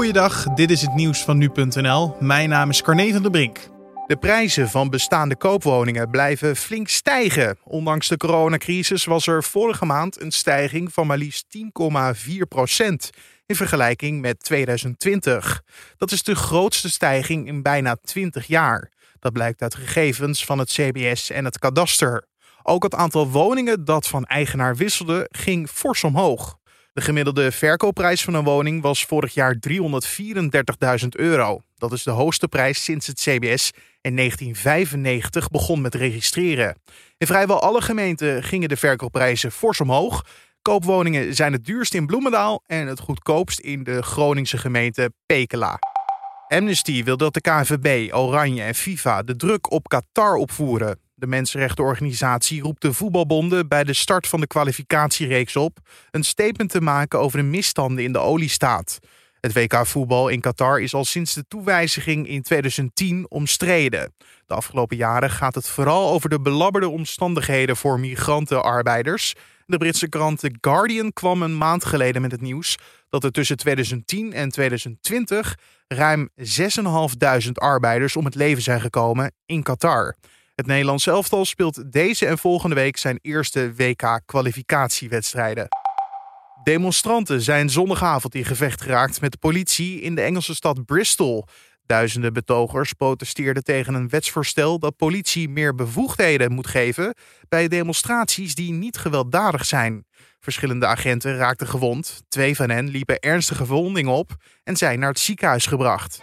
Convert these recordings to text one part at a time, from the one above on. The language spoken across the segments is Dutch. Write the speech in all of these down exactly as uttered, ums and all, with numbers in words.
Goeiedag, dit is het nieuws van nu punt n l. Mijn naam is Carne van der Brink. De prijzen van bestaande koopwoningen blijven flink stijgen. Ondanks de coronacrisis was er vorige maand een stijging van maar liefst tien komma vier procent in vergelijking met tweeduizend twintig. Dat is de grootste stijging in bijna twintig jaar. Dat blijkt uit gegevens van het C B S en het kadaster. Ook het aantal woningen dat van eigenaar wisselde ging fors omhoog. De gemiddelde verkoopprijs van een woning was vorig jaar driehonderdvierendertigduizend euro. Dat is de hoogste prijs sinds het C B S in negentien vijfennegentig begon met registreren. In vrijwel alle gemeenten gingen de verkoopprijzen fors omhoog. Koopwoningen zijn het duurst in Bloemendaal en het goedkoopst in de Groningse gemeente Pekela. Amnesty wil dat de K N V B, Oranje en FIFA de druk op Qatar opvoeren. De mensenrechtenorganisatie roept de voetbalbonden bij de start van de kwalificatiereeks op een statement te maken over de misstanden in de oliestaat. Het W K voetbal in Qatar is al sinds de toewijziging in tweeduizend tien omstreden. De afgelopen jaren gaat het vooral over de belabberde omstandigheden voor migrantenarbeiders. De Britse krant The Guardian kwam een maand geleden met het nieuws dat er tussen tweeduizend tien en tweeduizend twintig ruim zesduizendvijfhonderd arbeiders om het leven zijn gekomen in Qatar. Het Nederlands elftal speelt deze en volgende week zijn eerste W K-kwalificatiewedstrijden. Demonstranten zijn zondagavond in gevecht geraakt met de politie in de Engelse stad Bristol. Duizenden betogers protesteerden tegen een wetsvoorstel dat politie meer bevoegdheden moet geven bij demonstraties die niet gewelddadig zijn. Verschillende agenten raakten gewond. Twee van hen liepen ernstige verwondingen op en zijn naar het ziekenhuis gebracht.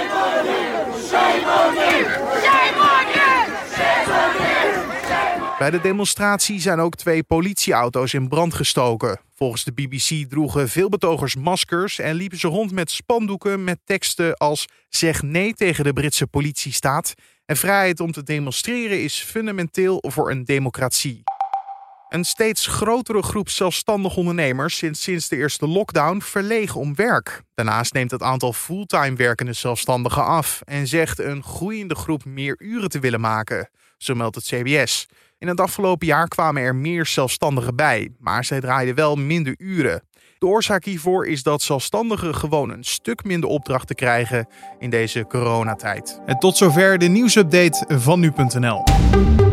Bij de demonstratie zijn ook twee politieauto's in brand gestoken. Volgens de B B C droegen veel betogers maskers en liepen ze rond met spandoeken met teksten als "Zeg nee tegen de Britse politiestaat" en "Vrijheid om te demonstreren is fundamenteel voor een democratie." Een steeds grotere groep zelfstandig ondernemers sinds, sinds de eerste lockdown verlegen om werk. Daarnaast neemt het aantal fulltime werkende zelfstandigen af en zegt een groeiende groep meer uren te willen maken, zo meldt het C B S. In het afgelopen jaar kwamen er meer zelfstandigen bij, maar zij draaiden wel minder uren. De oorzaak hiervoor is dat zelfstandigen gewoon een stuk minder opdrachten krijgen in deze coronatijd. En tot zover de nieuwsupdate van nu punt n l.